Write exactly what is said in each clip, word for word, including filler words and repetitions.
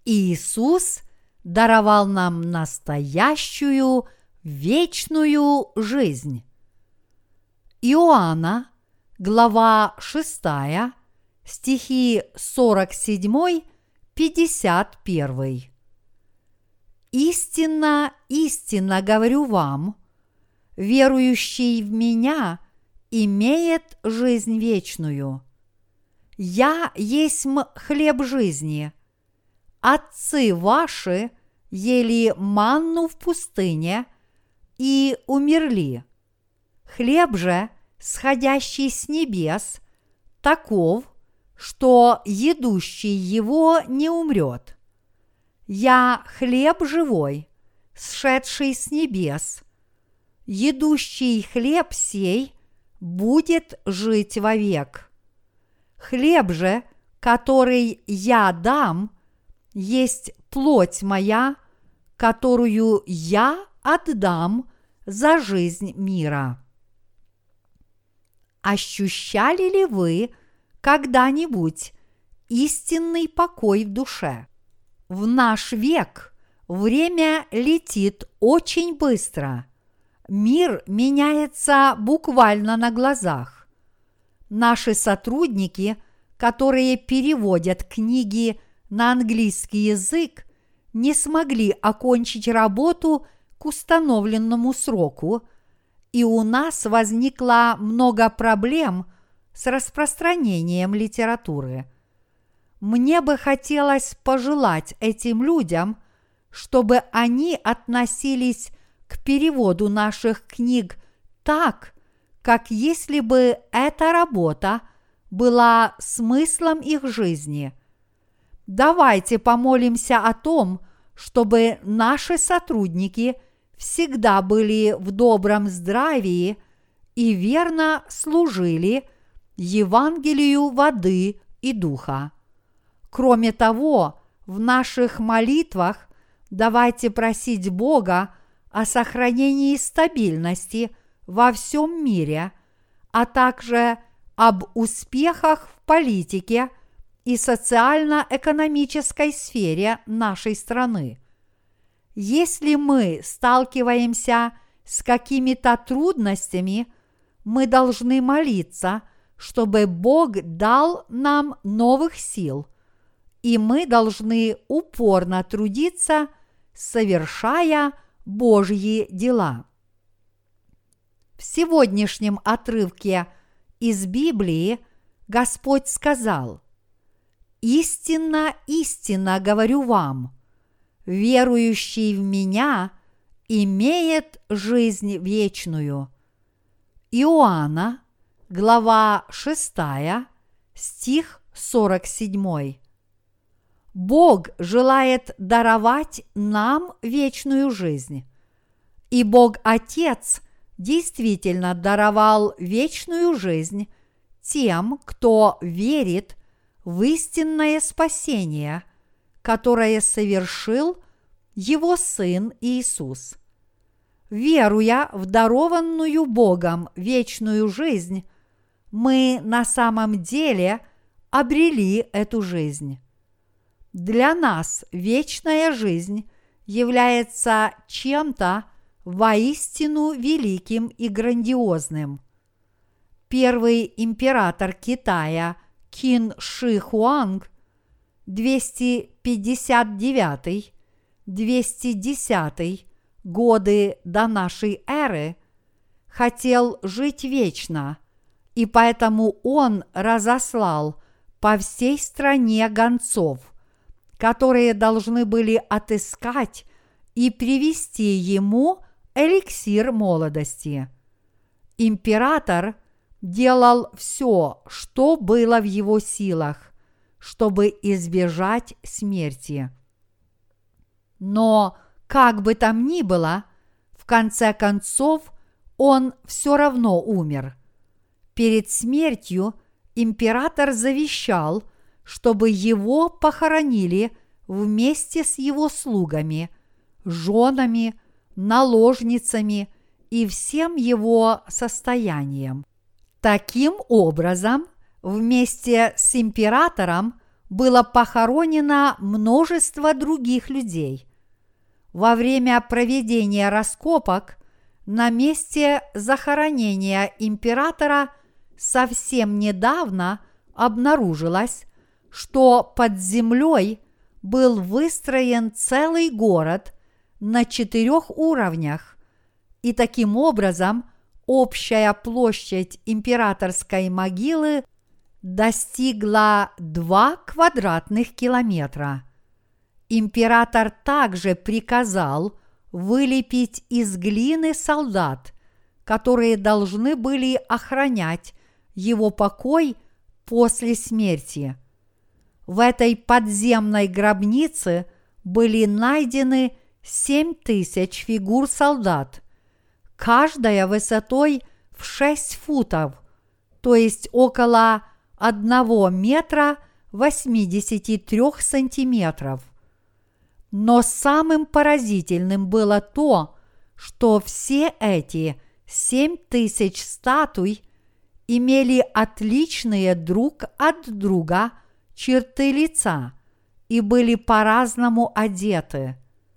Иисус даровал нам настоящую вечную жизнь. Иоанна, глава шестая, стихи сорок семь - пятьдесят один. «Истинно, истинно говорю вам, верующий в Меня имеет жизнь вечную. Я есмь хлеб жизни. Отцы ваши ели манну в пустыне и умерли. Хлеб же, сходящий с небес, таков, что едущий его не умрет. Я хлеб живой, сшедший с небес. Едущий хлеб сей будет жить вовек. Хлеб же, который я дам, есть плоть моя, которую я отдам за жизнь мира». Ощущали ли вы когда-нибудь истинный покой в душе? В наш век время летит очень быстро. Мир меняется буквально на глазах. Наши сотрудники, которые переводят книги на английский язык, не смогли окончить работу к установленному сроку, и у нас возникло много проблем с распространением литературы. Мне бы хотелось пожелать этим людям, чтобы они относились к переводу наших книг так, как если бы эта работа была смыслом их жизни. Давайте помолимся о том, чтобы наши сотрудники всегда были в добром здравии и верно служили Евангелию воды и духа. Кроме того, в наших молитвах давайте просить Бога о сохранении стабильности во всем мире, а также об успехах в политике и социально-экономической сфере нашей страны. Если мы сталкиваемся с какими-то трудностями, мы должны молиться, чтобы Бог дал нам новых сил, и мы должны упорно трудиться, совершая Божьи дела. В сегодняшнем отрывке из Библии Господь сказал: «Истинно, истинно говорю вам, верующий в Меня имеет жизнь вечную». Иоанна, глава шестая, стих сорок семь. Бог желает даровать нам вечную жизнь, и Бог Отец действительно даровал вечную жизнь тем, кто верит в истинное спасение, которое совершил Его Сын Иисус. Веруя в дарованную Богом вечную жизнь, мы на самом деле обрели эту жизнь. Для нас вечная жизнь является чем-то воистину великим и грандиозным. Первый император Китая Цин Ши Хуанг двести пятьдесят девятый - двести десятый годы до нашей эры хотел жить вечно, и поэтому он разослал по всей стране гонцов, которые должны были отыскать и привести ему эликсир молодости. Император делал все, что было в его силах, чтобы избежать смерти. Но, как бы там ни было, в конце концов он все равно умер. Перед смертью император завещал, чтобы его похоронили вместе с его слугами, женами, наложницами и всем его состоянием. Таким образом, вместе с императором было похоронено множество других людей. Во время проведения раскопок на месте захоронения императора совсем недавно обнаружилось, что под землей был выстроен целый город на четырех уровнях, и таким образом общая площадь императорской могилы достигла два квадратных километра. Император также приказал вылепить из глины солдат, которые должны были охранять его покой после смерти. В этой подземной гробнице были найдены семь тысяч фигур солдат, каждая высотой в шесть футов, то есть около одного метра восьмидесяти трех сантиметров. Но самым поразительным было то, что все эти семь тысяч статуй имели отличные друг от друга черты лица и были по-разному одеты.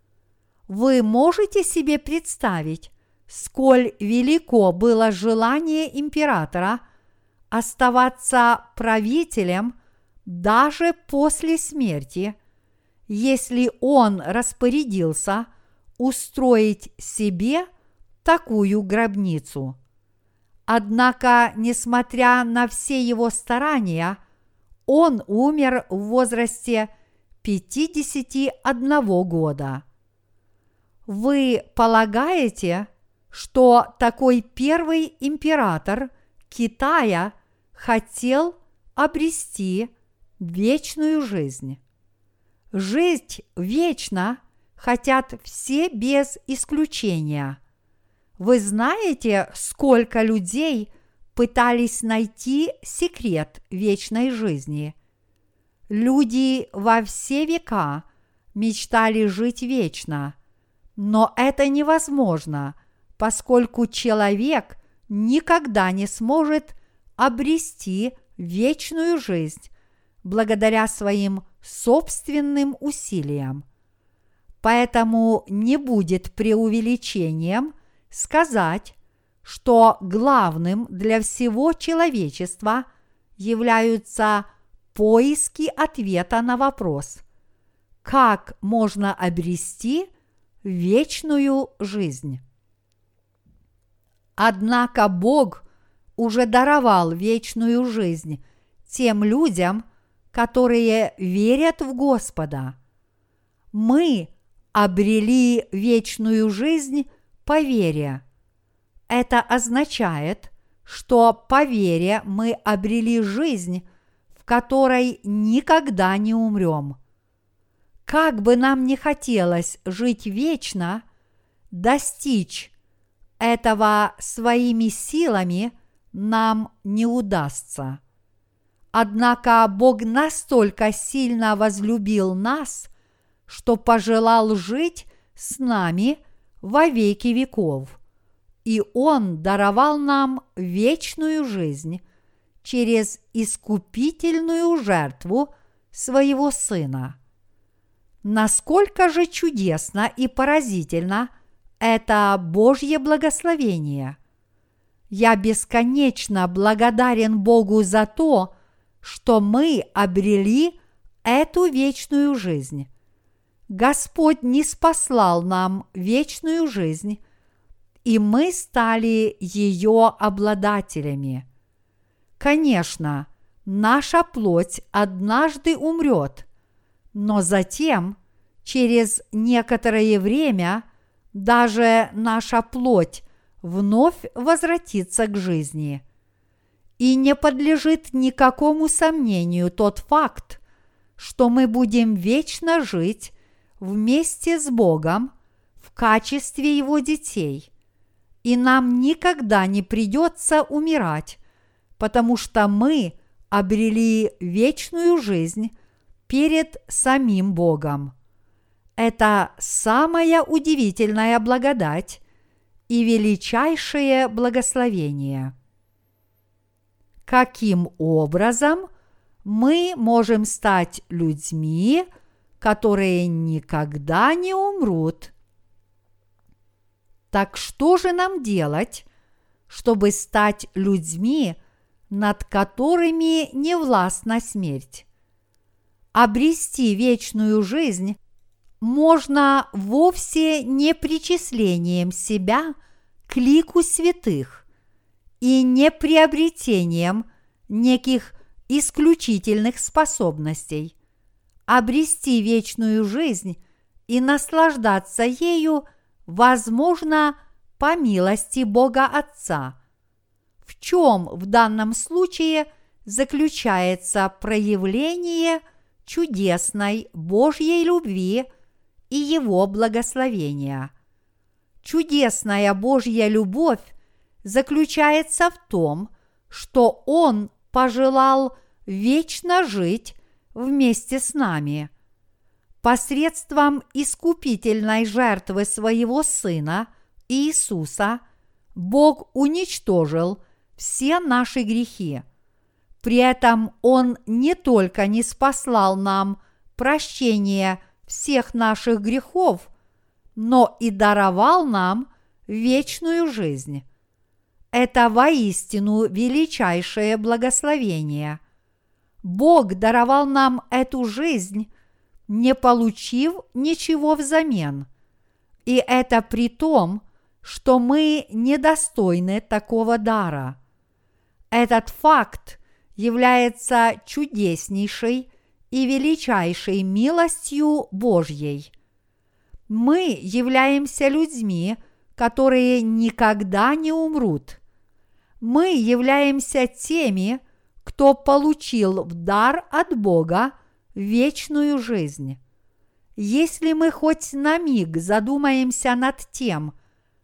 Вы можете себе представить, сколь велико было желание императора оставаться правителем даже после смерти, если он распорядился устроить себе такую гробницу. Однако, несмотря на все его старания, он умер в возрасте пятидесяти одного года. Вы полагаете, что такой первый император Китая хотел обрести вечную жизнь? Жить вечно хотят все без исключения. Вы знаете, сколько людей пытались найти секрет вечной жизни? Люди во все века мечтали жить вечно, но это невозможно, поскольку человек никогда не сможет обрести вечную жизнь благодаря своим собственным усилиям. Поэтому не будет преувеличением сказать, что главным для всего человечества являются поиски ответа на вопрос, как можно обрести вечную жизнь. Однако Бог уже даровал вечную жизнь тем людям, которые верят в Господа. Мы обрели вечную жизнь по вере. Это означает, что по вере мы обрели жизнь, в которой никогда не умрем. Как бы нам ни хотелось жить вечно, достичь этого своими силами нам не удастся. Однако Бог настолько сильно возлюбил нас, что пожелал жить с нами во веки веков, и Он даровал нам вечную жизнь через искупительную жертву Своего Сына. Насколько же чудесно и поразительно это Божье благословение! Я бесконечно благодарен Богу за то, что мы обрели эту вечную жизнь. Господь ниспослал нам вечную жизнь, и мы стали ее обладателями. Конечно, наша плоть однажды умрет, но затем, через некоторое время, даже наша плоть вновь возвратится к жизни. И не подлежит никакому сомнению тот факт, что мы будем вечно жить вместе с Богом в качестве Его детей, и нам никогда не придется умирать, потому что мы обрели вечную жизнь перед самим Богом. Это самая удивительная благодать и величайшее благословение. Каким образом мы можем стать людьми, которые никогда не умрут. Так что же нам делать, чтобы стать людьми, над которыми не властна смерть? Обрести вечную жизнь можно вовсе не причислением себя к лику святых и не приобретением неких исключительных способностей. Обрести вечную жизнь и наслаждаться ею возможно по милости Бога Отца. В чем в данном случае заключается проявление чудесной Божьей любви и Его благословения? Чудесная Божья любовь заключается в том, что Он пожелал вечно жить вместе с нами. Посредством искупительной жертвы Своего Сына Иисуса Бог уничтожил все наши грехи. При этом Он не только не спаслал нам прощение всех наших грехов, но и даровал нам вечную жизнь. Это воистину величайшее благословение. Бог даровал нам эту жизнь, не получив ничего взамен. И это при том, что мы недостойны такого дара. Этот факт является чудеснейшей и величайшей милостью Божьей. Мы являемся людьми, которые никогда не умрут. Мы являемся теми, кто получил в дар от Бога вечную жизнь. Если мы хоть на миг задумаемся над тем,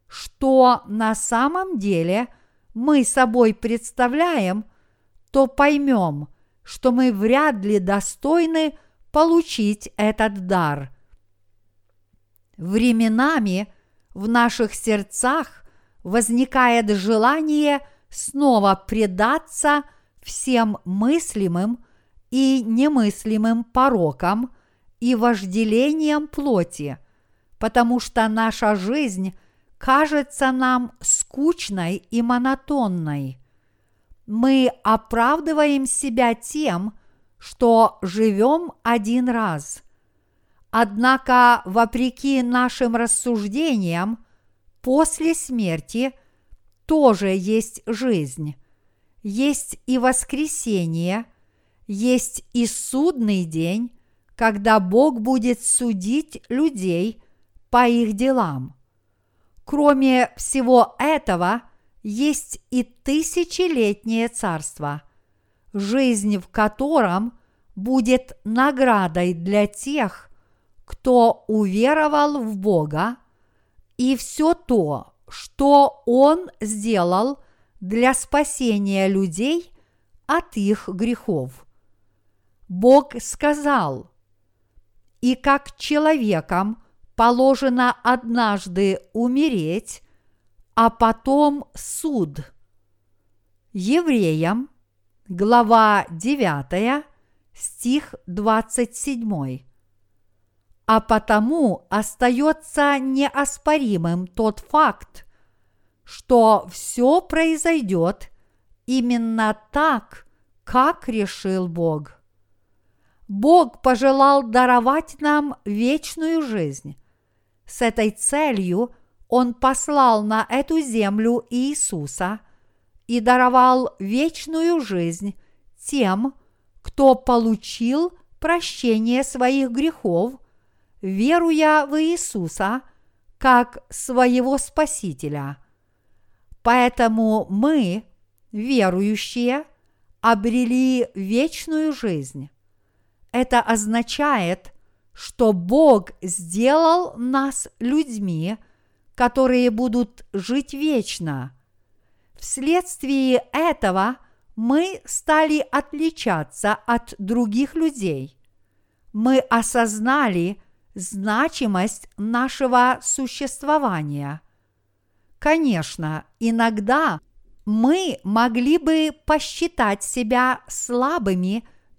что на самом деле мы собой представляем, то поймем, что мы вряд ли достойны получить этот дар. Временами в наших сердцах возникает желание снова предаться всем мыслимым и немыслимым порокам и вожделениям плоти, потому что наша жизнь кажется нам скучной и монотонной. Мы оправдываем себя тем, что живем один раз. Однако, вопреки нашим рассуждениям, после смерти тоже есть жизнь, есть и воскресение, есть и судный день, когда Бог будет судить людей по их делам. Кроме всего этого, есть и тысячелетнее царство, жизнь в котором будет наградой для тех, кто уверовал в Бога, и все то, что Он сделал для спасения людей от их грехов. Бог сказал: «И как человекам положено однажды умереть, а потом суд». Евреям, глава девятая, стих двадцать семь. А потому остается неоспоримым тот факт, что все произойдет именно так, как решил Бог. Бог пожелал даровать нам вечную жизнь. С этой целью Он послал на эту землю Иисуса и даровал вечную жизнь тем, кто получил прощение своих грехов, веруя в Иисуса как своего Спасителя. Поэтому мы, верующие, обрели вечную жизнь. Это означает, что Бог сделал нас людьми, которые будут жить вечно. Вследствие этого мы стали отличаться от других людей. Мы осознали значимость нашего существования. Конечно, иногда мы могли бы посчитать себя слабыми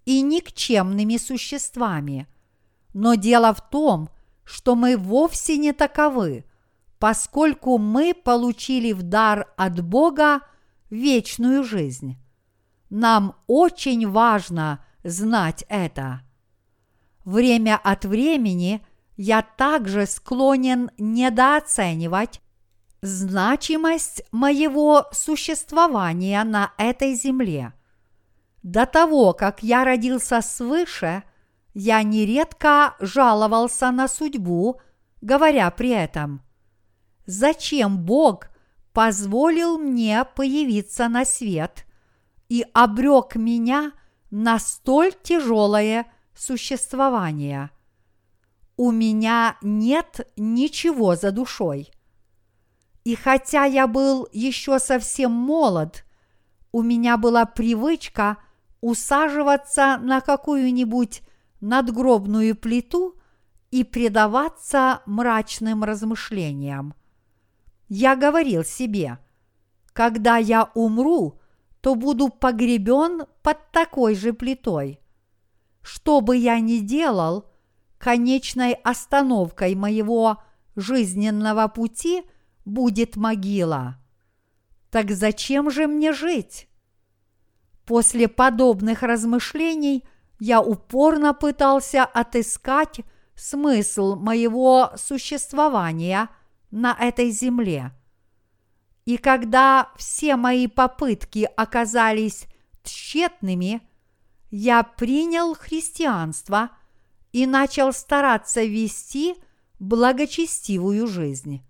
и никчемными существами. Но дело в том, что мы вовсе не таковы, поскольку мы получили в дар от Бога вечную жизнь. Нам очень важно знать это. Время от времени я также склонен недооценивать значимость моего существования на этой земле. До того, как я родился свыше, я нередко жаловался на судьбу, говоря при этом: «Зачем Бог позволил мне появиться на свет и обрек меня на столь тяжелое существование? У меня нет ничего за душой». И хотя я был еще совсем молод, у меня была привычка усаживаться на какую-нибудь надгробную плиту и предаваться мрачным размышлениям. Я говорил себе: когда я умру, то буду погребен под такой же плитой. Что бы я ни делал, конечной остановкой моего жизненного пути будет могила. Так зачем же мне жить? После подобных размышлений я упорно пытался отыскать смысл моего существования на этой земле. И когда все мои попытки оказались тщетными, я принял христианство и начал стараться вести благочестивую жизнь.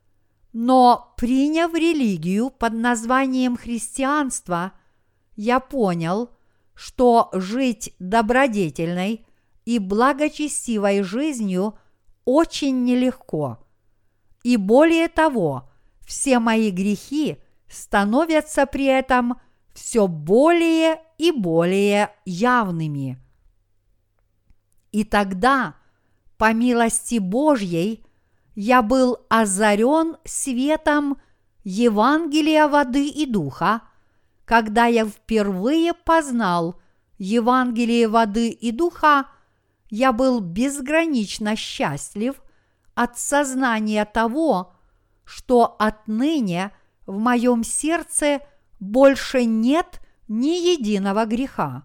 Но, приняв религию под названием христианство, я понял, что жить добродетельной и благочестивой жизнью очень нелегко. И более того, все мои грехи становятся при этом все более и более явными. И тогда, по милости Божьей, я был озарен светом Евангелия воды и духа, когда я впервые познал Евангелие воды и духа. Я был безгранично счастлив от сознания того, что отныне в моем сердце больше нет ни единого греха.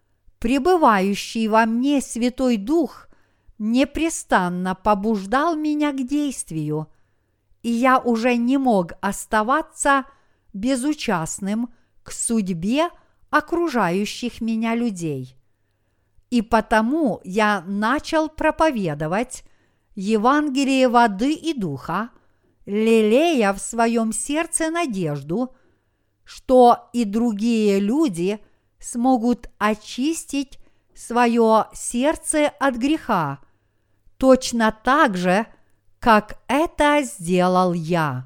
Пребывающий во мне Святой Дух непрестанно побуждал меня к действию, и я уже не мог оставаться безучастным к судьбе окружающих меня людей. И потому я начал проповедовать Евангелие воды и духа, лелея в своем сердце надежду, что и другие люди смогут очистить свое сердце от греха, точно так же, как это сделал я.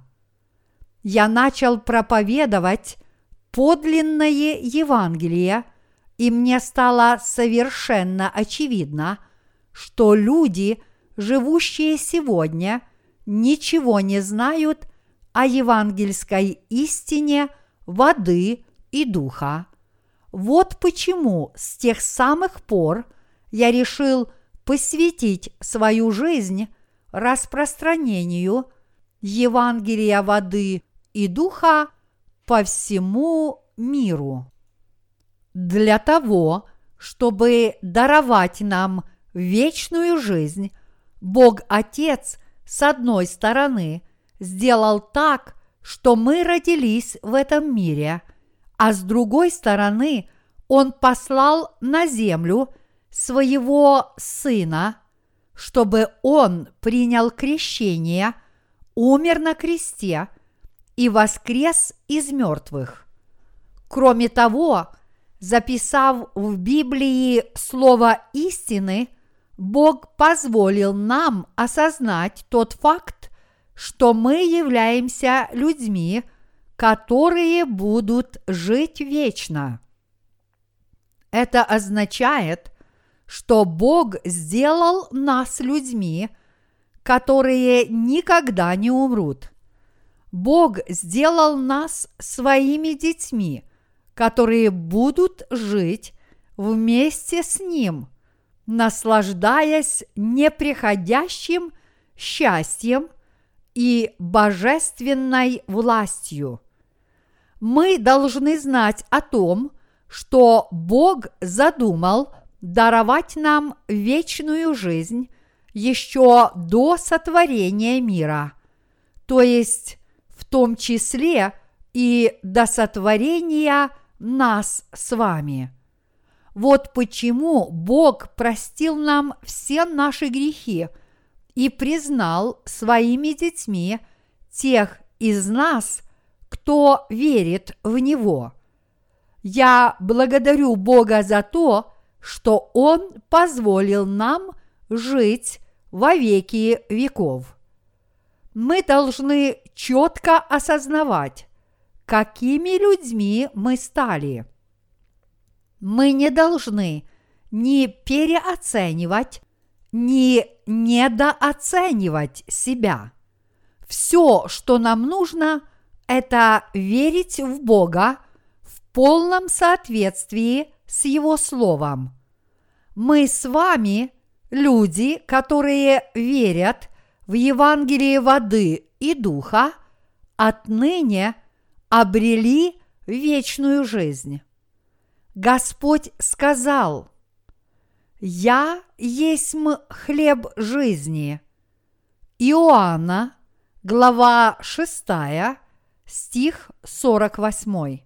Я начал проповедовать подлинное Евангелие, и мне стало совершенно очевидно, что люди, живущие сегодня, ничего не знают о евангельской истине воды и духа. Вот почему с тех самых пор я решил посвятить свою жизнь распространению Евангелия воды и духа по всему миру. Для того, чтобы даровать нам вечную жизнь, Бог Отец, с одной стороны, сделал так, что мы родились в этом мире, а с другой стороны, Он послал на землю своего Сына, чтобы Он принял крещение, умер на кресте и воскрес из мертвых. Кроме того, записав в Библии слово истины, Бог позволил нам осознать тот факт, что мы являемся людьми, которые будут жить вечно. Это означает, что Бог сделал нас людьми, которые никогда не умрут. Бог сделал нас своими детьми, которые будут жить вместе с Ним, наслаждаясь неприходящим счастьем и божественной властью. Мы должны знать о том, что Бог задумал даровать нам вечную жизнь еще до сотворения мира, то есть в том числе и до сотворения нас с вами. Вот почему Бог простил нам все наши грехи и признал своими детьми тех из нас, кто верит в Него. Я благодарю Бога за то, что Он позволил нам жить во веки веков. Мы должны четко осознавать, какими людьми мы стали. Мы не должны ни переоценивать, ни недооценивать себя. Все, что нам нужно, это верить в Бога в полном соответствии с Его Словом. Мы с вами люди, которые верят в Евангелие воды и духа, отныне обрели вечную жизнь. Господь сказал: «Я есмь хлеб жизни». Иоанна, глава шестая, стих сорок восемь.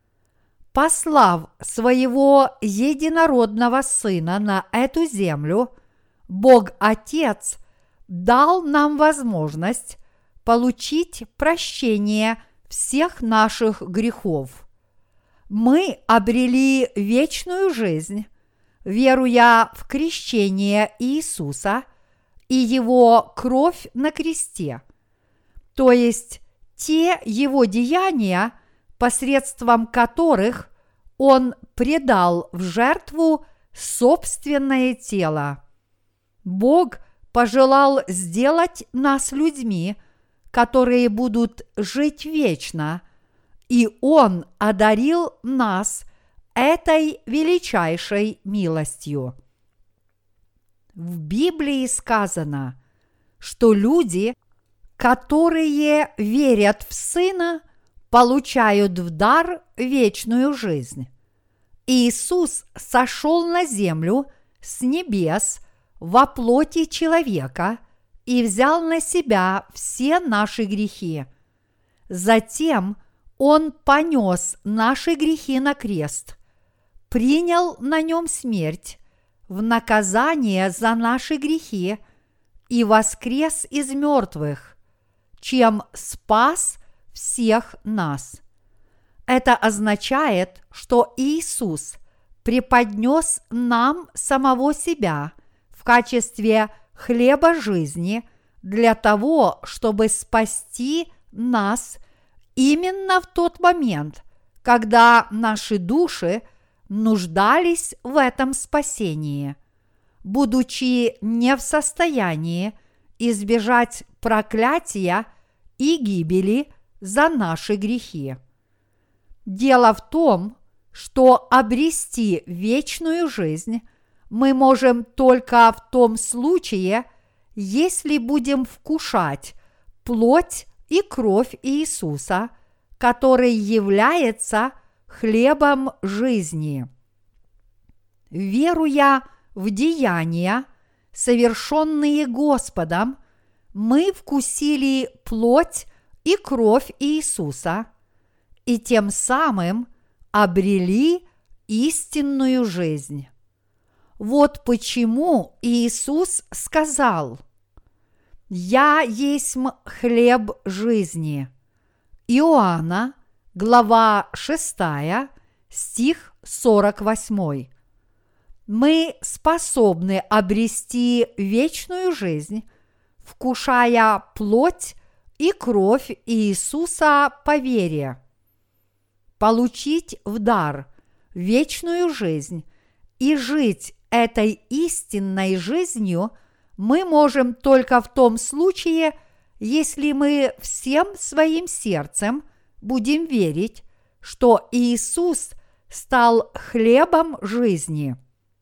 Послав своего единородного Сына на эту землю, Бог Отец дал нам возможность получить прощение всех наших грехов. Мы обрели вечную жизнь, веруя в крещение Иисуса и Его кровь на кресте, то есть те Его деяния, посредством которых Он предал в жертву собственное тело. Бог пожелал сделать нас людьми, которые будут жить вечно, и Он одарил нас этой величайшей милостью. В Библии сказано, что люди, которые верят в Сына, получают в дар вечную жизнь. Иисус сошел на землю с небес во плоти человека и взял на себя все наши грехи. Затем Он понес наши грехи на крест, принял на нем смерть в наказание за наши грехи и воскрес из мертвых, чем спас всех нас. Это означает, что Иисус преподнес нам самого себя в качестве хлеба жизни для того, чтобы спасти нас именно в тот момент, когда наши души нуждались в этом спасении, будучи не в состоянии избежать проклятия и гибели за наши грехи. Дело в том, что обрести вечную жизнь мы можем только в том случае, если будем вкушать плоть и кровь Иисуса, который является хлебом жизни. Веруя в деяния, совершенные Господом, мы вкусили плоть и кровь Иисуса и тем самым обрели истинную жизнь. Вот почему Иисус сказал: «Я есмь хлеб жизни». Иоанна, глава шестая, стих сорок восемь. Мы способны обрести вечную жизнь, вкушая плоть и кровь Иисуса по вере. Получить в дар вечную жизнь и жить этой истинной жизнью мы можем только в том случае, если мы всем своим сердцем будем верить, что Иисус стал хлебом жизни.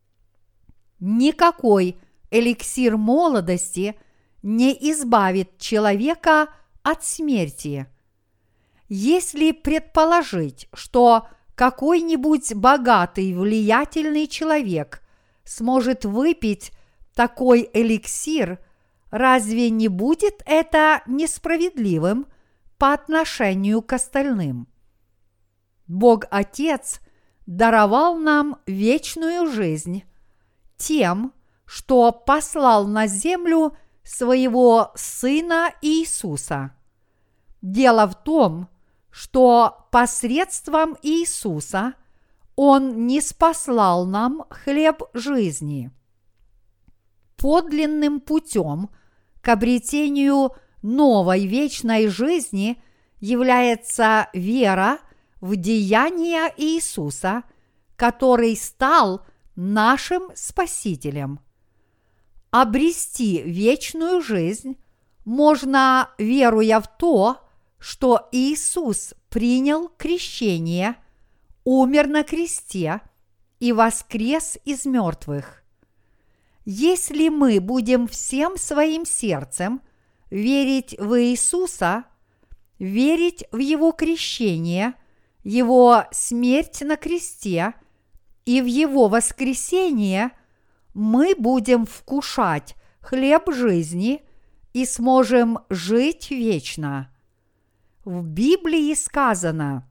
Никакой эликсир молодости не избавит человека от смерти. Если предположить, что какой-нибудь богатый, влиятельный человек сможет выпить такой эликсир, разве не будет это несправедливым по отношению к остальным? Бог Отец даровал нам вечную жизнь тем, что послал на землю своего Сына Иисуса. Дело в том, что посредством Иисуса Он ниспослал нам хлеб жизни. Подлинным путем к обретению новой вечной жизни является вера в деяния Иисуса, который стал нашим Спасителем. Обрести вечную жизнь можно, веруя в то, что Иисус принял крещение, умер на кресте и воскрес из мертвых. Если мы будем всем своим сердцем верить в Иисуса, верить в Его крещение, Его смерть на кресте и в Его воскресение, мы будем вкушать хлеб жизни и сможем жить вечно. В Библии сказано: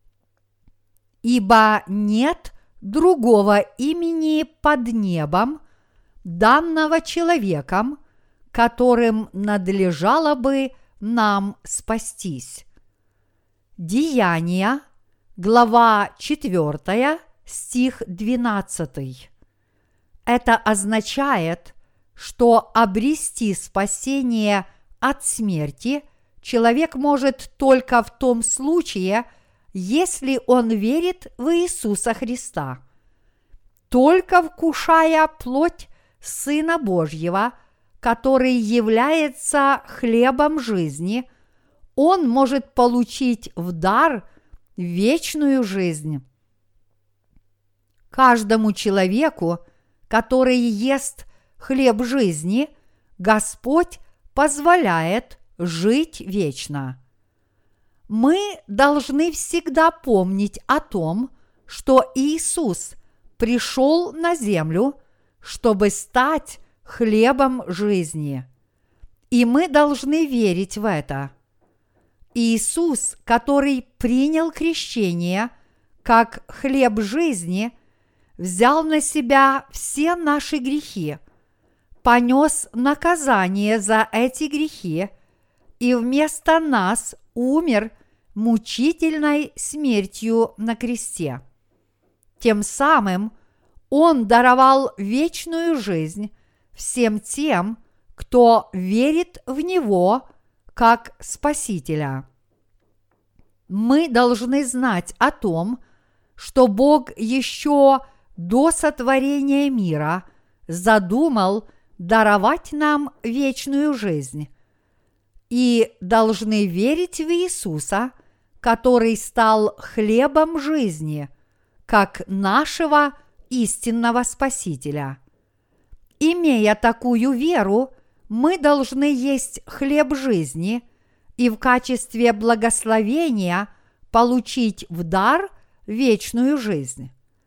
«Ибо нет другого имени под небом, данного человеком, которым надлежало бы нам спастись». Деяния, глава четвёртая, стих двенадцатый. Это означает, что обрести спасение от смерти человек может только в том случае, если он верит в Иисуса Христа. Только вкушая плоть Сына Божьего, который является хлебом жизни, он может получить в дар вечную жизнь. Каждому человеку, который ест хлеб жизни, Господь позволяет жить вечно. Мы должны всегда помнить о том, что Иисус пришел на землю, чтобы стать хлебом жизни. И мы должны верить в это. Иисус, который принял крещение как хлеб жизни, взял на себя все наши грехи, понес наказание за эти грехи и вместо нас умер мучительной смертью на кресте. Тем самым Он даровал вечную жизнь всем тем, кто верит в Него как Спасителя. Мы должны знать о том, что Бог еще до сотворения мира задумал даровать нам вечную жизнь, и должны верить в Иисуса, который стал хлебом жизни, как нашего истинного Спасителя. Имея такую веру, мы должны есть хлеб жизни и в качестве благословения получить в дар вечную жизнь.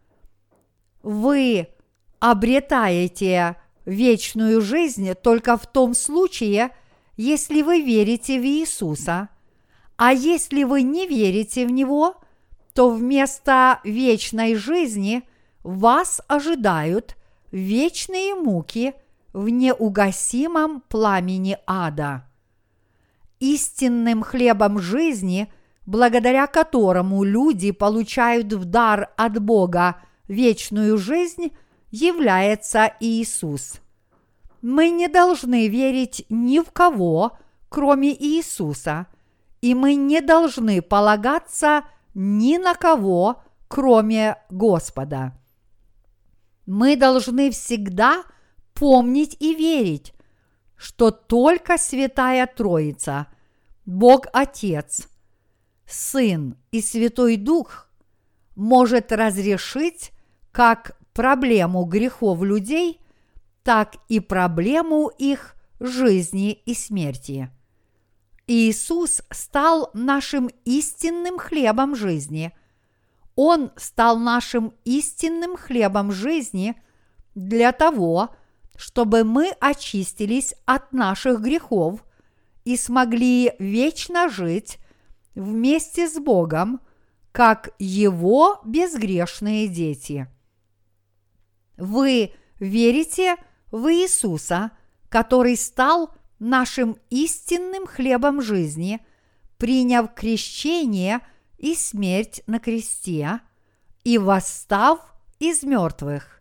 Вы обретаете вечную жизнь только в том случае, если вы верите в Иисуса, а если вы не верите в Него, то вместо вечной жизни вас ожидают вечные муки в неугасимом пламени ада. Истинным хлебом жизни, благодаря которому люди получают в дар от Бога вечную жизнь, является Иисус. Мы не должны верить ни в кого, кроме Иисуса, и мы не должны полагаться ни на кого, кроме Господа. Мы должны всегда помнить и верить, что только Святая Троица, Бог Отец, Сын и Святой Дух может разрешить как проблему грехов людей, так и проблему их жизни и смерти. Иисус стал нашим истинным хлебом жизни. Он стал нашим истинным хлебом жизни для того, чтобы мы очистились от наших грехов и смогли вечно жить вместе с Богом, как Его безгрешные дети. Вы верите в Иисуса, который стал нашим истинным хлебом жизни, приняв крещение и смерть на кресте и восстав из мертвых.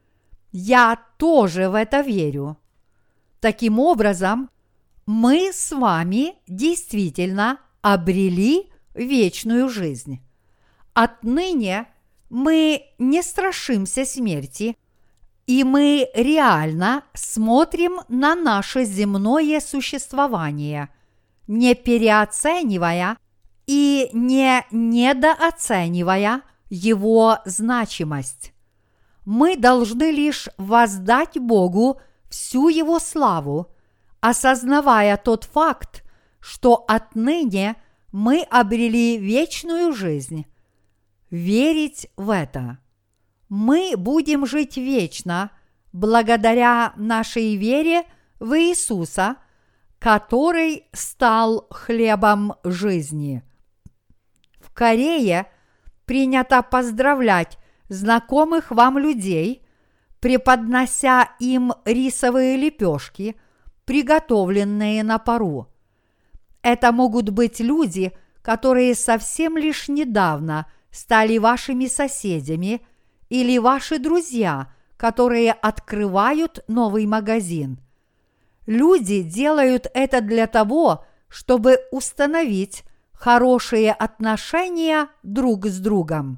Я тоже в это верю. Таким образом, мы с вами действительно обрели вечную жизнь. Отныне мы не страшимся смерти, и мы реально смотрим на наше земное существование, не переоценивая и не недооценивая его значимость. Мы должны лишь воздать Богу всю Его славу, осознавая тот факт, что отныне мы обрели вечную жизнь. Верить в это. Мы будем жить вечно благодаря нашей вере в Иисуса, который стал хлебом жизни. В Корее принято поздравлять знакомых вам людей, преподнося им рисовые лепешки, приготовленные на пару. Это могут быть люди, которые совсем лишь недавно стали вашими соседями, или ваши друзья, которые открывают новый магазин. Люди делают это для того, чтобы установить хорошие отношения друг с другом.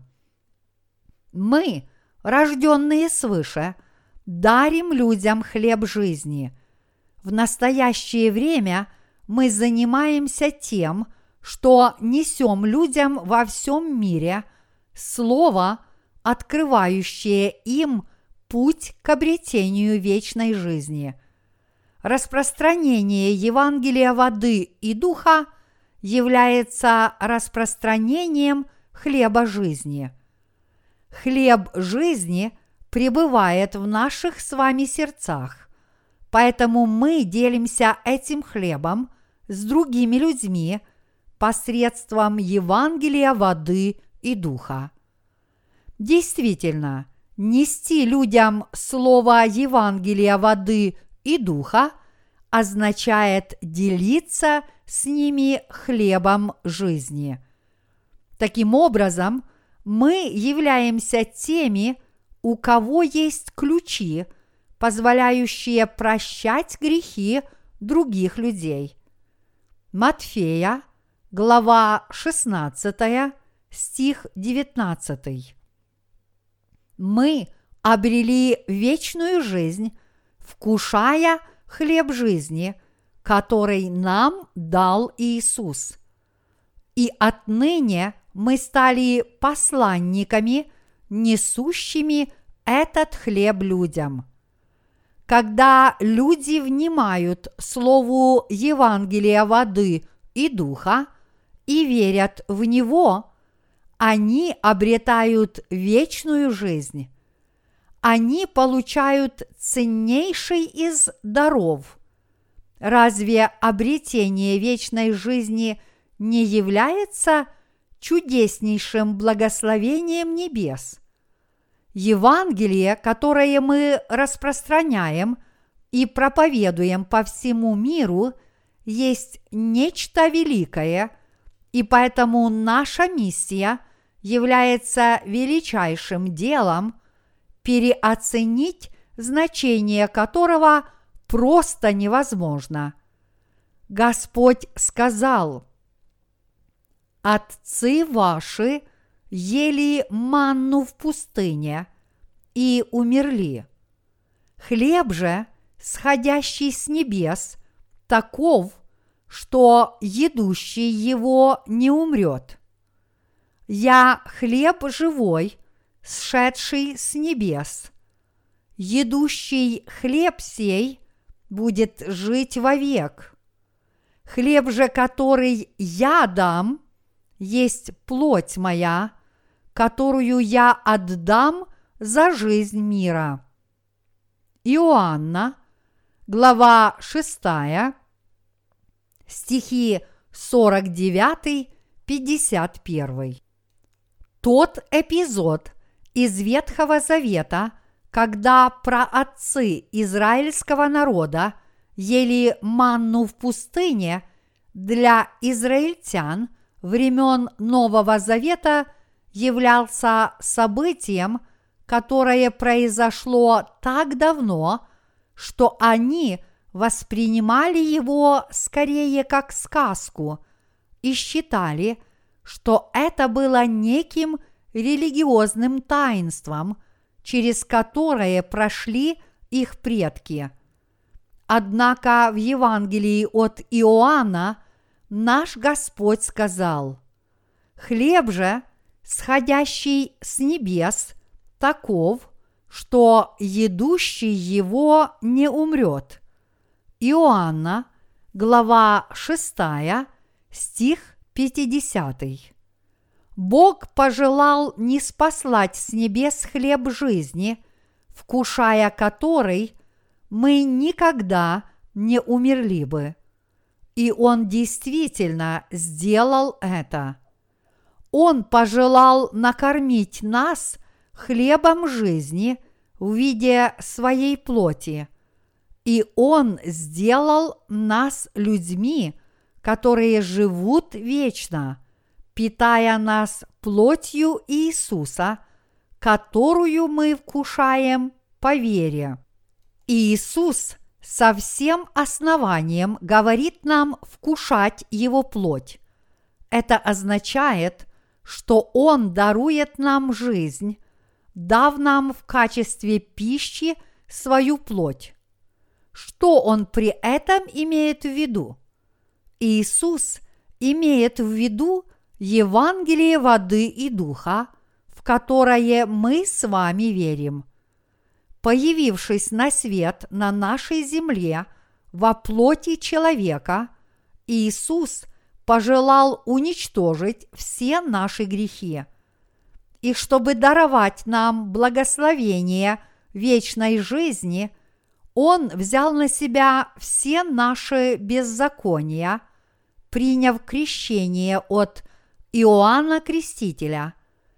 Мы, рожденные свыше, дарим людям хлеб жизни. В настоящее время мы занимаемся тем, что несем людям во всем мире слово, открывающее им путь к обретению вечной жизни. Распространение Евангелия воды и духа является распространением хлеба жизни. Хлеб жизни пребывает в наших с вами сердцах, поэтому мы делимся этим хлебом с другими людьми посредством Евангелия воды и духа. Действительно, нести людям слово Евангелия воды и духа означает делиться с ними хлебом жизни. Таким образом, мы являемся теми, у кого есть ключи, позволяющие прощать грехи других людей. Матфея, глава шестнадцатая, стих девятнадцатый. Мы обрели вечную жизнь, вкушая хлеб жизни, который нам дал Иисус. И отныне мы стали посланниками, несущими этот хлеб людям. Когда люди внимают слову Евангелия воды и духа и верят в него, они обретают вечную жизнь. Они получают ценнейший из даров. Разве обретение вечной жизни не является чудеснейшим благословением небес? Евангелие, которое мы распространяем и проповедуем по всему миру, есть нечто великое, и поэтому наша миссия является величайшим делом, переоценить значение которого просто невозможно. Господь сказал: «Отцы ваши ели манну в пустыне и умерли. Хлеб же, сходящий с небес, таков, что едущий его не умрет. Я хлеб живой, сшедший с небес. Едущий хлеб сей будет жить вовек. Хлеб же, который я дам, есть плоть моя, которую я отдам за жизнь мира. Иоанна, глава шестая, стихи сорок девять - пятьдесят один. Тот эпизод из Ветхого Завета, когда праотцы израильского народа ели манну в пустыне, для израильтян времен Нового Завета являлся событием, которое произошло так давно, что они воспринимали его скорее как сказку и считали, что это было неким религиозным таинством, через которое прошли их предки. Однако в Евангелии от Иоанна наш Господь сказал: «Хлеб же, сходящий с небес, таков, что едущий его не умрет». Иоанна, глава шестая, стих пятидесятый. Бог пожелал ниспослать с небес хлеб жизни, вкушая который мы никогда не умерли бы. И Он действительно сделал это. Он пожелал накормить нас хлебом жизни в виде своей плоти, и Он сделал нас людьми, которые живут вечно, питая нас плотью Иисуса, которую мы вкушаем по вере. Иисус со всем основанием говорит нам вкушать Его плоть. Это означает, что Он дарует нам жизнь, дав нам в качестве пищи свою плоть. Что Он при этом имеет в виду? Иисус имеет в виду Евангелие воды и духа, в которое мы с вами верим. Появившись на свет на нашей земле во плоти человека, Иисус пожелал уничтожить все наши грехи. И чтобы даровать нам благословение вечной жизни, Он взял на себя все наши беззакония, приняв крещение от Иоанна Крестителя.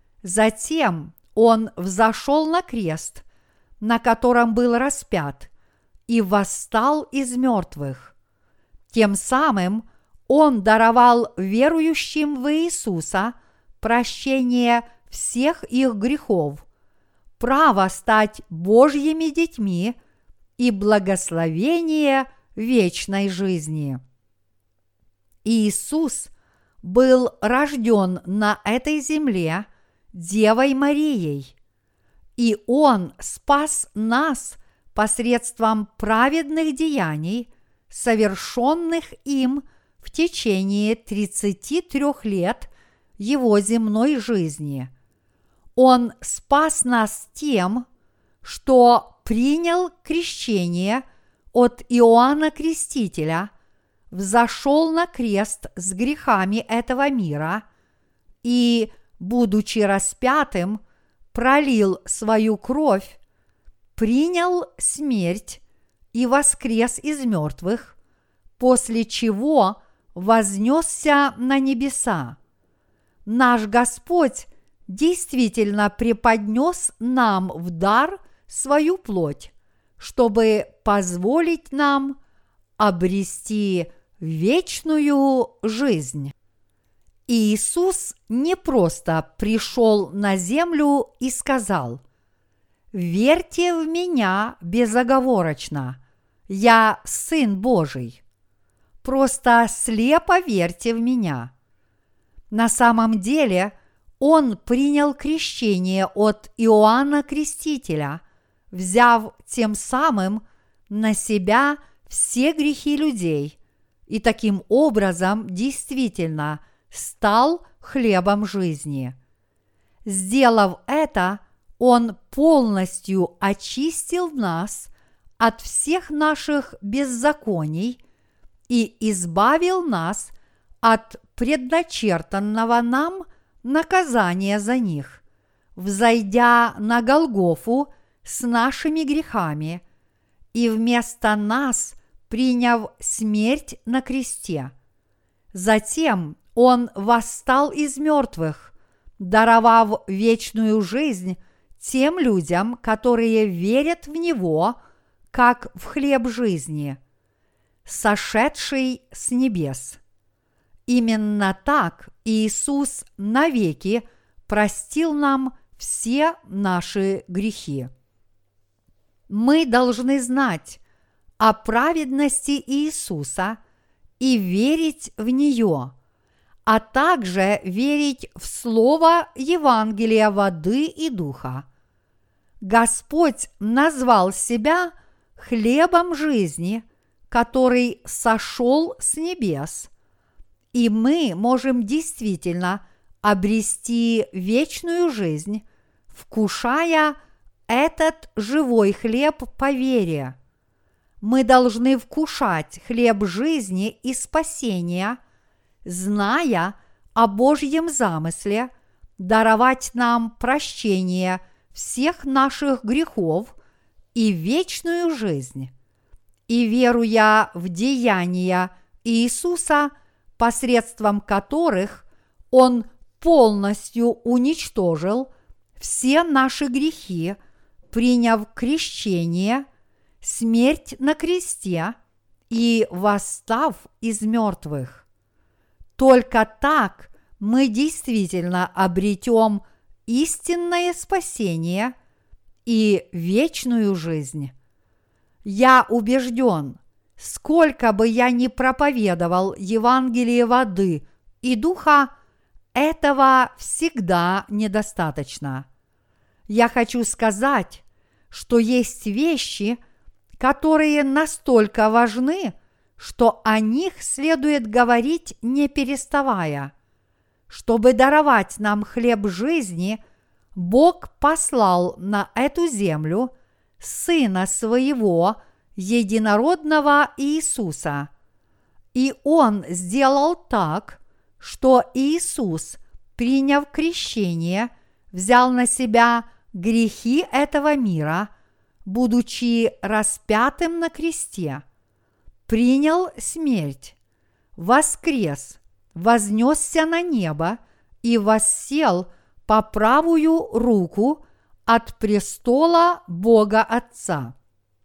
Затем Он взошел на крест, на котором был распят, и восстал из мертвых. Тем самым Он даровал верующим в Иисуса прощение всех их грехов, право стать Божьими детьми и благословение вечной жизни. Иисус был рожден на этой земле Девой Марией, и Он спас нас посредством праведных деяний, совершенных им в течение тридцати трёх лет Его земной жизни. Он спас нас тем, что принял крещение от Иоанна Крестителя, взошел на крест с грехами этого мира и, будучи распятым, пролил свою кровь, принял смерть и воскрес из мертвых, после чего вознесся на небеса. Наш Господь действительно преподнес нам в дар свою плоть, чтобы позволить нам обрести вечную жизнь. Иисус не просто пришел на землю и сказал: «Верьте в Меня безоговорочно, Я Сын Божий». Просто слепо верьте в Меня. На самом деле Он принял крещение от Иоанна Крестителя, взяв тем самым на себя все грехи людей, и таким образом действительно стал хлебом жизни. Сделав это, Он полностью очистил нас от всех наших беззаконий и избавил нас от предначертанного нам наказания за них, взойдя на Голгофу с нашими грехами и вместо нас приняв смерть на кресте. Затем Он восстал из мертвых, даровав вечную жизнь тем людям, которые верят в Него, как в хлеб жизни, сошедший с небес. Именно так Иисус навеки простил нам все наши грехи. Мы должны знать о праведности Иисуса и верить в нее, а также верить в Слово Евангелия воды и духа. Господь назвал себя хлебом жизни, который сошел с небес, и мы можем действительно обрести вечную жизнь, вкушая этот живой хлеб по вере. Мы должны вкушать хлеб жизни и спасения, зная о Божьем замысле даровать нам прощение всех наших грехов и вечную жизнь. И веруя в деяния Иисуса, посредством которых Он полностью уничтожил все наши грехи, приняв крещение, смерть на кресте и восстав из мертвых. Только так мы действительно обретем истинное спасение и вечную жизнь. Я убежден, сколько бы я ни проповедовал Евангелие воды и духа, этого всегда недостаточно. Я хочу сказать, что есть вещи, которые настолько важны, что о них следует говорить не переставая. Чтобы даровать нам хлеб жизни, Бог послал на эту землю Сына Своего, Единородного Иисуса. И Он сделал так, что Иисус, приняв крещение, взял на себя грехи этого мира, будучи распятым на кресте, принял смерть, воскрес, вознесся на небо и воссел по правую руку от престола Бога Отца.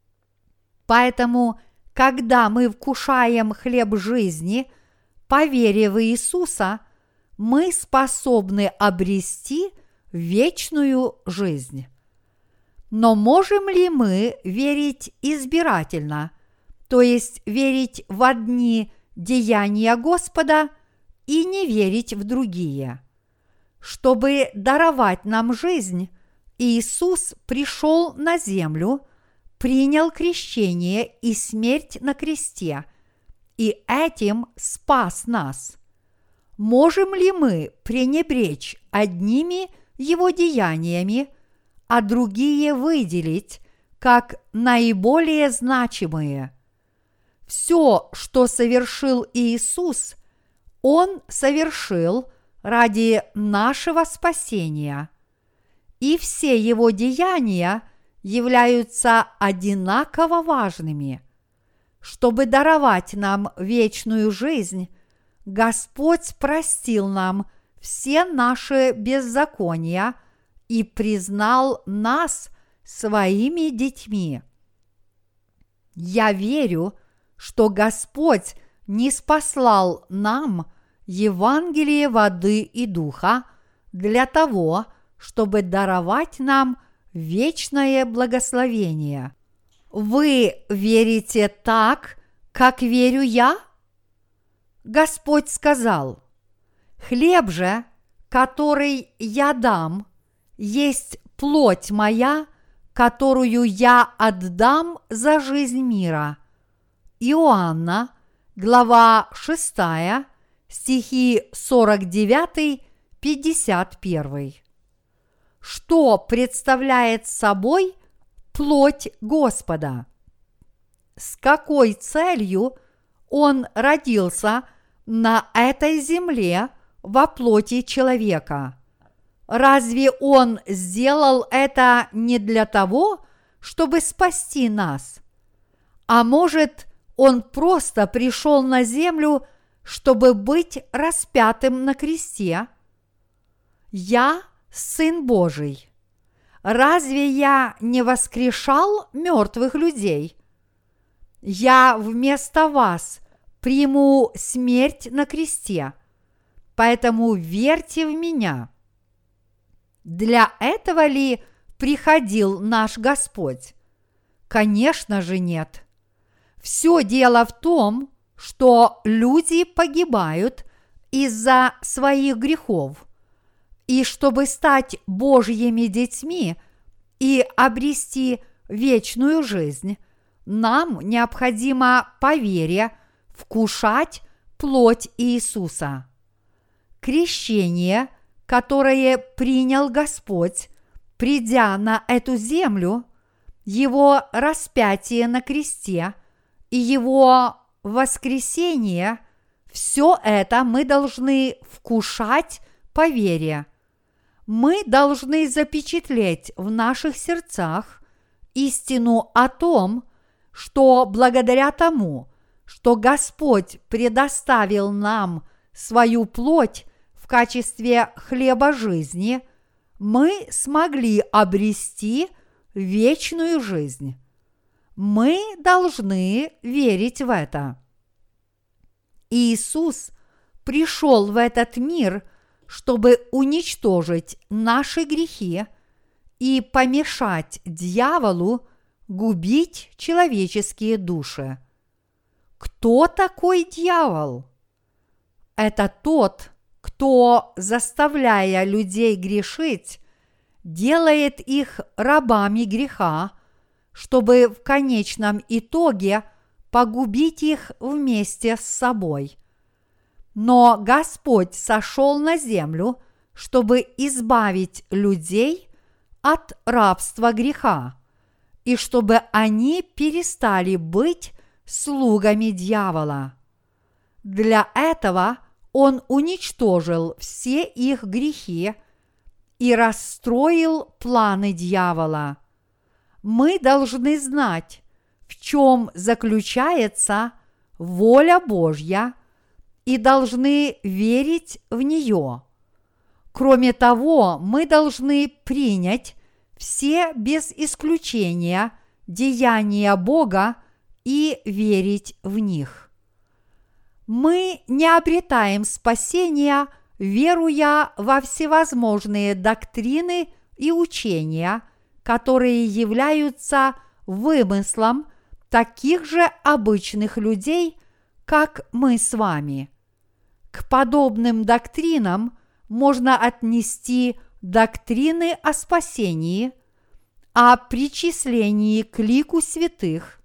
Поэтому, когда мы вкушаем хлеб жизни по вере в Иисуса, мы способны обрести вечную жизнь. Но можем ли мы верить избирательно, то есть верить в одни деяния Господа и не верить в другие? Чтобы даровать нам жизнь, Иисус пришел на землю, принял крещение и смерть на кресте, и этим спас нас. Можем ли мы пренебречь одними Его деяниями, а другие выделить как наиболее значимые? Все, что совершил Иисус, Он совершил ради нашего спасения, и все Его деяния являются одинаково важными. Чтобы даровать нам вечную жизнь, Господь простил нам все наши беззакония и признал нас своими детьми. Я верю, что Господь ниспослал нам Евангелие воды и духа для того, чтобы даровать нам вечное благословение. Вы верите так, как верю я? Господь сказал: «Хлеб же, который я дам, есть плоть моя, которую я отдам за жизнь мира». Иоанна, глава шестая, стихи сорок девять - пятьдесят один. Что представляет собой плоть Господа? С какой целью Он родился на этой земле во плоти человека? Разве Он сделал это не для того, чтобы спасти нас? А может, Он просто пришел на землю, чтобы быть распятым на кресте? Я Сын Божий. Разве я не воскрешал мертвых людей? Я вместо вас приму смерть на кресте, поэтому верьте в меня. Для этого ли приходил наш Господь? Конечно же нет. Все дело в том, что люди погибают из-за своих грехов, и чтобы стать Божьими детьми и обрести вечную жизнь, нам необходимо по вере вкушать плоть Иисуса. Крещение, которое принял Господь, придя на эту землю, Его распятие на кресте и Его воскресение, все это мы должны вкушать по вере. Мы должны запечатлеть в наших сердцах истину о том, что благодаря тому, что Господь предоставил нам свою плоть в качестве хлеба жизни, мы смогли обрести вечную жизнь. Мы должны верить в это. Иисус пришел в этот мир, чтобы уничтожить наши грехи и помешать дьяволу губить человеческие души. Кто такой дьявол? Это тот, кто, заставляя людей грешить, делает их рабами греха, чтобы в конечном итоге погубить их вместе с собой. Но Господь сошел на землю, чтобы избавить людей от рабства греха, и чтобы они перестали быть слугами дьявола. Для этого Он уничтожил все их грехи и расстроил планы дьявола. Мы должны знать, в чем заключается воля Божья, и должны верить в нее. Кроме того, мы должны принять все без исключения деяния Бога и верить в них. Мы не обретаем спасения, веруя во всевозможные доктрины и учения, которые являются вымыслом таких же обычных людей, как мы с вами. К подобным доктринам можно отнести доктрины о спасении, о причислении к лику святых,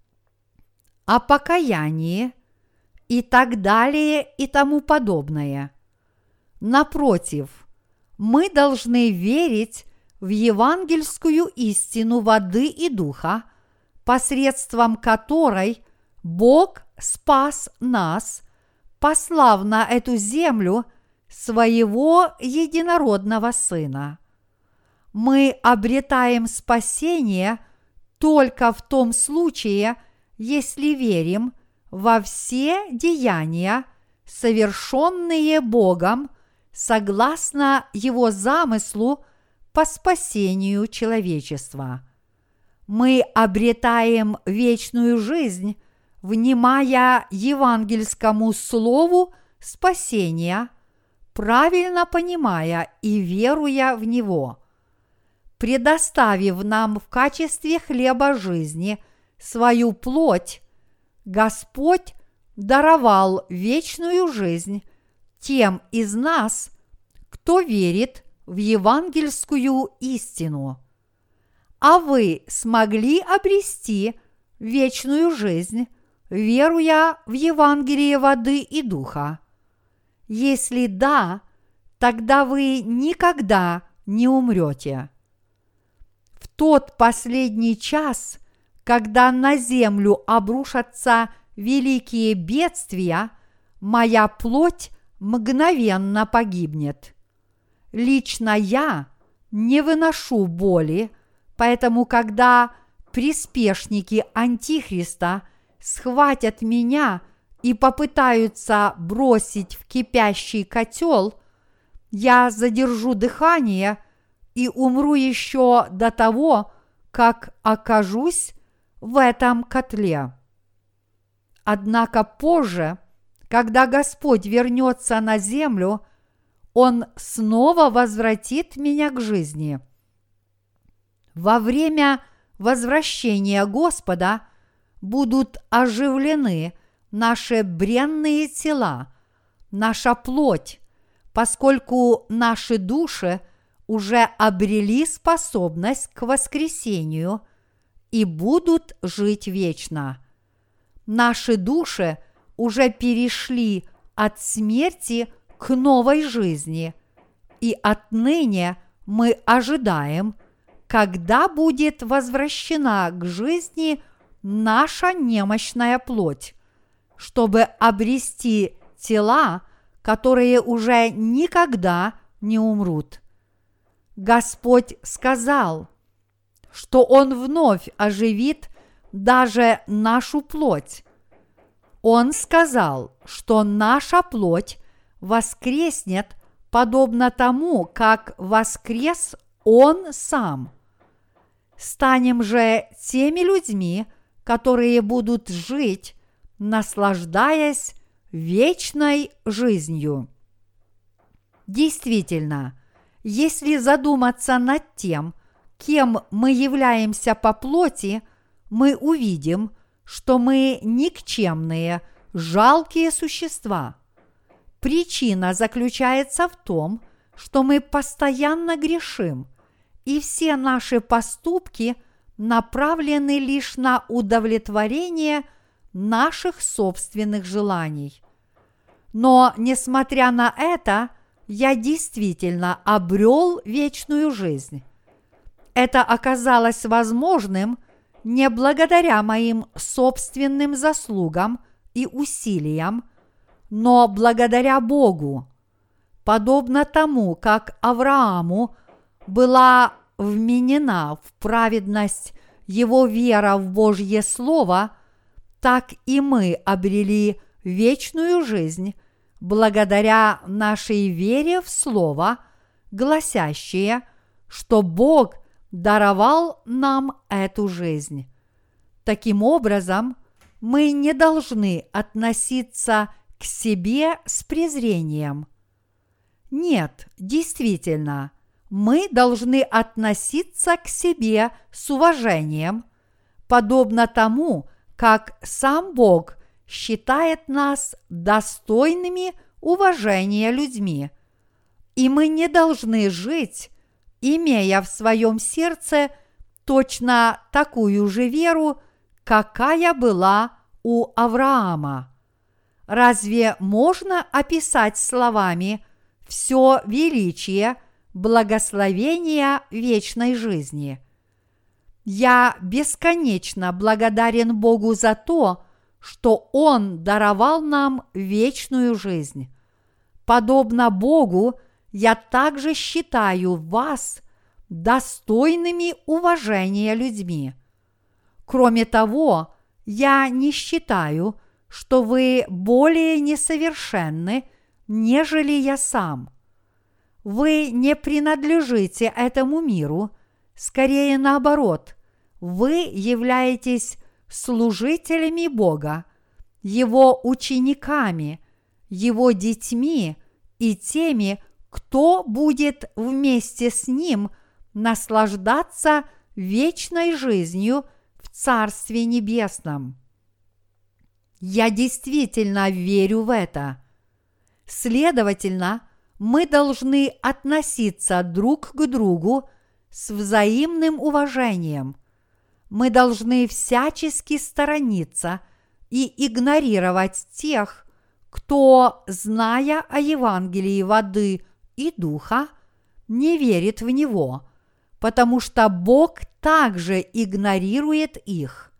о покаянии и так далее и тому подобное. Напротив, мы должны верить в евангельскую истину воды и духа, посредством которой Бог спас нас, послав на эту землю своего единородного Сына. Мы обретаем спасение только в том случае, если верим во все деяния, совершенные Богом согласно Его замыслу по спасению человечества. Мы обретаем вечную жизнь, внимая евангельскому слову спасения, правильно понимая и веруя в него. Предоставив нам в качестве хлеба жизни свою плоть, Господь даровал вечную жизнь тем из нас, кто верит в евангельскую истину. А вы смогли обрести вечную жизнь, веруя в Евангелие воды и духа? Если да, тогда вы никогда не умрете. В тот последний час, когда на землю обрушатся великие бедствия, моя плоть мгновенно погибнет. Лично я не выношу боли, поэтому когда приспешники Антихриста схватят меня и попытаются бросить в кипящий котел, я задержу дыхание и умру еще до того, как окажусь в этом котле. Однако позже, когда Господь вернется на землю, Он снова возвратит меня к жизни. Во время возвращения Господа будут оживлены наши бренные тела, наша плоть, поскольку наши души уже обрели способность к воскресению и будут жить вечно. Наши души уже перешли от смерти к новой жизни, и отныне мы ожидаем, когда будет возвращена к жизни наша немощная плоть, чтобы обрести тела, которые уже никогда не умрут. Господь сказал, что Он вновь оживит даже нашу плоть. Он сказал, что наша плоть воскреснет подобно тому, как воскрес Он сам. Станем же теми людьми, которые будут жить, наслаждаясь вечной жизнью. Действительно, если задуматься над тем, кем мы являемся по плоти, мы увидим, что мы никчемные, жалкие существа. Причина заключается в том, что мы постоянно грешим, и все наши поступки направлены лишь на удовлетворение наших собственных желаний. Но, несмотря на это, я действительно обрел вечную жизнь. Это оказалось возможным не благодаря моим собственным заслугам и усилиям, но благодаря Богу. Подобно тому, как Аврааму была вменена в праведность его вера в Божье Слово, так и мы обрели вечную жизнь благодаря нашей вере в Слово, гласящее, что Бог даровал нам эту жизнь. Таким образом, мы не должны относиться к себе с презрением. Нет, действительно, мы должны относиться к себе с уважением, подобно тому, как сам Бог считает нас достойными уважения людьми, и мы не должны жить, имея в своем сердце точно такую же веру, какая была у Авраама. Разве можно описать словами все величие благословения вечной жизни? Я бесконечно благодарен Богу за то, что Он даровал нам вечную жизнь. Подобно Богу, я также считаю вас достойными уважения людьми. Кроме того, я не считаю, что вы более несовершенны, нежели я сам. Вы не принадлежите этому миру, скорее наоборот, вы являетесь служителями Бога, Его учениками, Его детьми и теми, кто будет вместе с Ним наслаждаться вечной жизнью в Царстве Небесном. Я действительно верю в это. Следовательно, мы должны относиться друг к другу с взаимным уважением. Мы должны всячески сторониться и игнорировать тех, кто кто, зная о Евангелии воды и духа, не верит в него, потому что Бог также игнорирует их.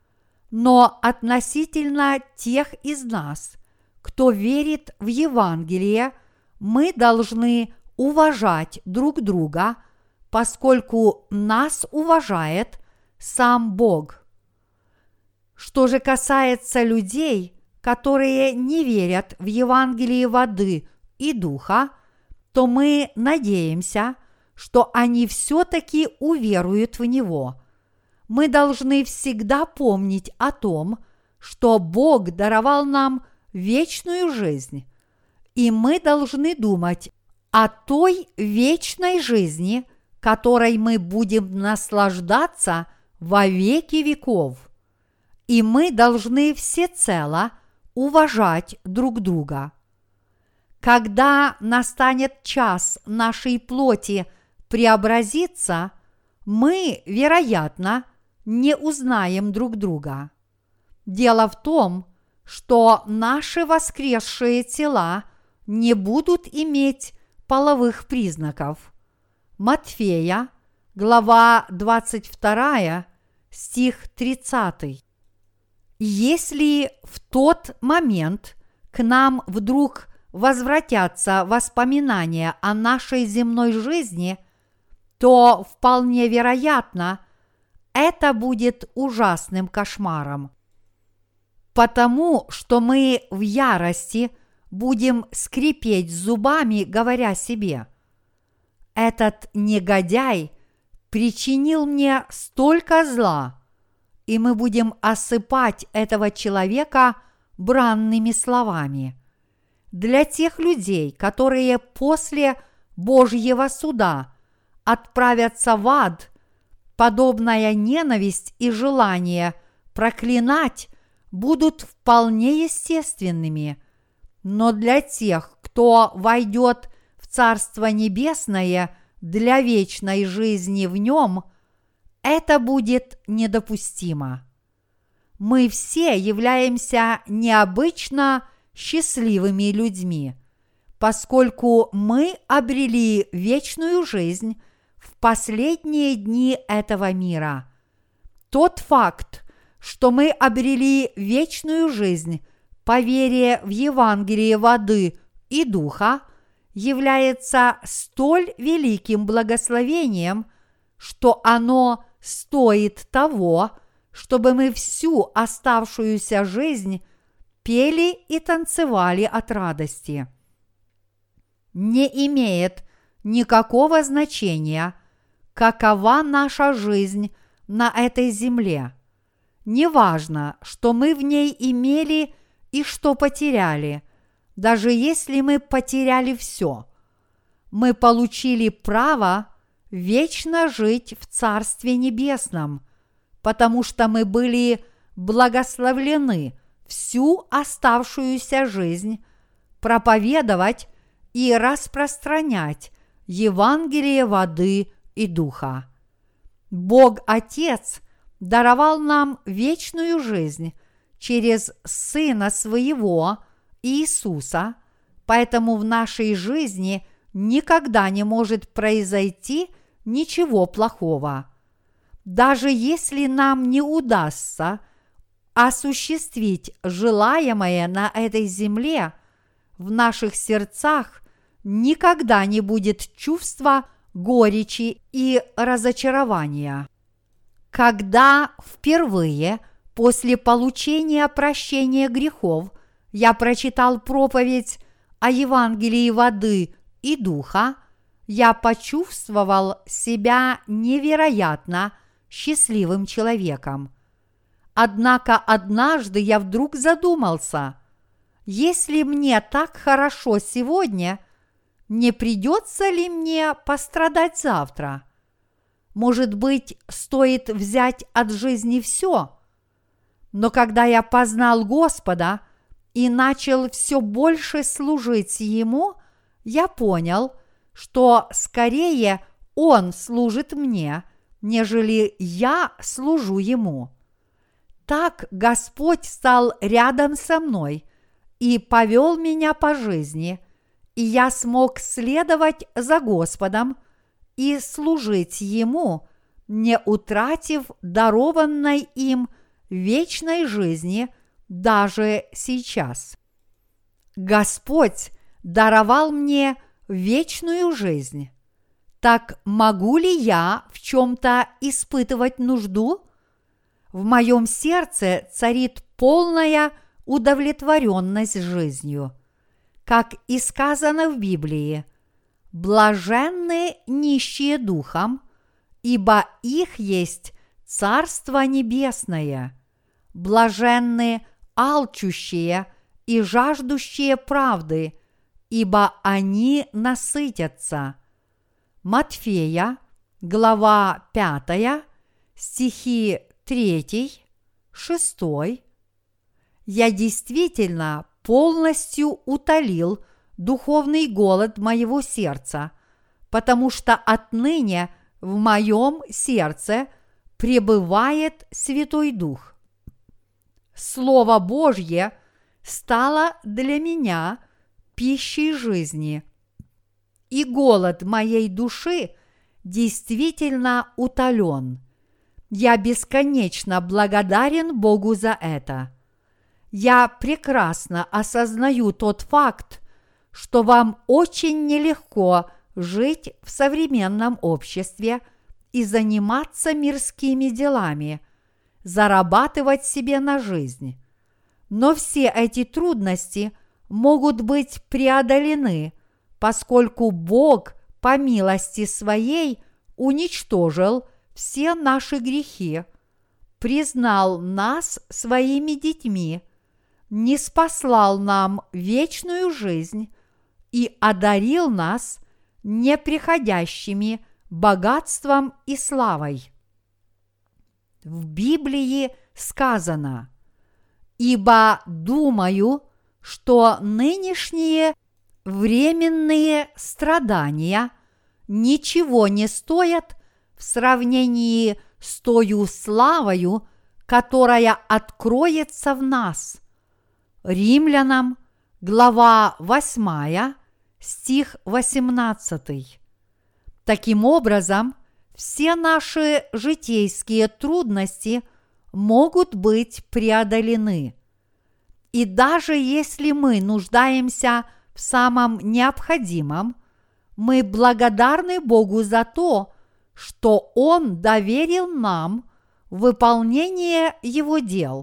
Но относительно тех из нас, кто верит в Евангелие, мы должны уважать друг друга, поскольку нас уважает сам Бог. Что же касается людей, которые не верят в Евангелие воды и духа, то мы надеемся, что они все-таки уверуют в него. Мы должны всегда помнить о том, что Бог даровал нам вечную жизнь, и мы должны думать о той вечной жизни, которой мы будем наслаждаться во веки веков. И мы должны всецело уважать друг друга. Когда настанет час нашей плоти преобразиться, мы, вероятно, не узнаем друг друга. Дело в том, что наши воскресшие тела не будут иметь половых признаков. Матфея, глава двадцать два, стих тридцатый. Если в тот момент к нам вдруг возвратятся воспоминания о нашей земной жизни, то вполне вероятно, это будет ужасным кошмаром. Потому что мы в ярости будем скрипеть зубами, говоря себе: «Этот негодяй причинил мне столько зла», и мы будем осыпать этого человека бранными словами. Для тех людей, которые после Божьего суда отправятся в ад, подобная ненависть и желание проклинать будут вполне естественными. Но для тех, кто войдет в Царство Небесное для вечной жизни в нем, это будет недопустимо. Мы все являемся необычно счастливыми людьми, поскольку мы обрели вечную жизнь в последние дни этого мира. Тот факт, что мы обрели вечную жизнь по вере в Евангелие воды и духа, является столь великим благословением, что оно стоит того, чтобы мы всю оставшуюся жизнь пели и танцевали от радости. Не имеет никакого значения, какова наша жизнь на этой земле. Неважно, что мы в ней имели и что потеряли, даже если мы потеряли все. Мы получили право вечно жить в Царстве Небесном, потому что мы были благословлены всю оставшуюся жизнь проповедовать и распространять Евангелие воды и духа. Бог Отец даровал нам вечную жизнь через Сына Своего Иисуса, поэтому в нашей жизни никогда не может произойти ничего плохого. Даже если нам не удастся осуществить желаемое на этой земле, в наших сердцах никогда не будет чувства горечи и разочарования. Когда впервые после получения прощения грехов я прочитал проповедь о Евангелии воды и духа, я почувствовал себя невероятно счастливым человеком. Однако однажды я вдруг задумался: если мне так хорошо сегодня, не придется ли мне пострадать завтра? Может быть, стоит взять от жизни все? Но когда я познал Господа и начал все больше служить Ему, я понял, что скорее Он служит мне, нежели я служу Ему. Так Господь стал рядом со мной, и повел меня по жизни, и я смог следовать за Господом и служить Ему, не утратив дарованной им вечной жизни даже сейчас. Господь даровал мне вечную жизнь. Так могу ли я в чем-то испытывать нужду? В моем сердце царит полная удовлетворенность жизнью. Как и сказано в Библии, «Блаженны нищие духом, ибо их есть Царство Небесное. Блаженны алчущие и жаждущие правды, ибо они насытятся». Матфея, глава пятая, стихи третий, шестой. Я действительно полностью утолил духовный голод моего сердца, потому что отныне в моем сердце пребывает Святой Дух. Слово Божье стало для меня пищей жизни, и голод моей души действительно утолен. Я бесконечно благодарен Богу за это. Я прекрасно осознаю тот факт, что вам очень нелегко жить в современном обществе и заниматься мирскими делами, зарабатывать себе на жизнь. Но все эти трудности могут быть преодолены, поскольку Бог по милости Своей уничтожил все наши грехи, признал нас Своими детьми, ниспослал нам вечную жизнь и одарил нас неприходящими богатством и славой. В Библии сказано: «Ибо думаю, что нынешние временные страдания ничего не стоят в сравнении с тою славою, которая откроется в нас». Римлянам, глава восьмая, стих восемнадцатый. Таким образом, все наши житейские трудности могут быть преодолены. И даже если мы нуждаемся в самом необходимом, мы благодарны Богу за то, что Он доверил нам выполнение Его дел.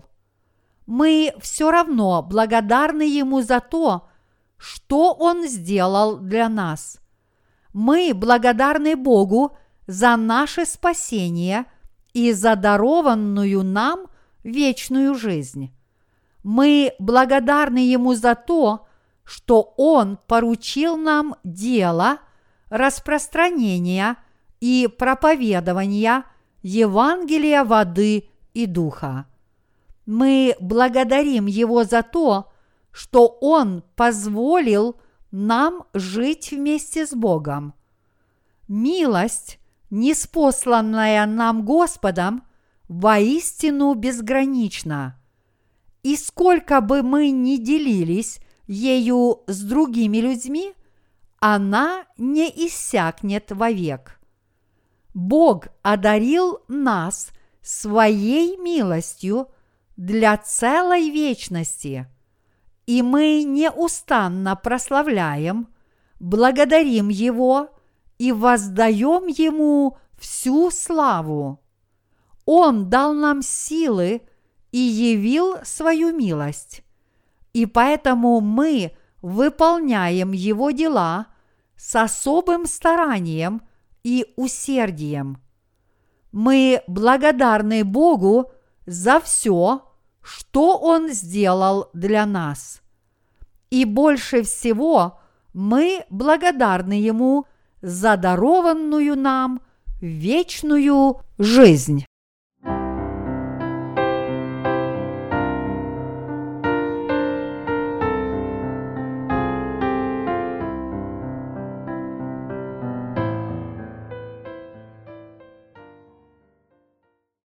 Мы все равно благодарны Ему за то, что Он сделал для нас. Мы благодарны Богу за наше спасение и за дарованную нам вечную жизнь. Мы благодарны Ему за то, что Он поручил нам дело распространения и проповедования Евангелия воды и духа. Мы благодарим Его за то, что Он позволил нам жить вместе с Богом. Милость, ниспосланная нам Господом, воистину безгранична. И сколько бы мы ни делились ею с другими людьми, она не иссякнет вовек. Бог одарил нас Своей милостью для целой вечности, и мы неустанно прославляем, благодарим Его и воздаем Ему всю славу. Он дал нам силы и явил свою милость, и поэтому мы выполняем Его дела с особым старанием и усердием. Мы благодарны Богу за все, что Он сделал для нас. И больше всего мы благодарны Ему за дарованную нам вечную жизнь.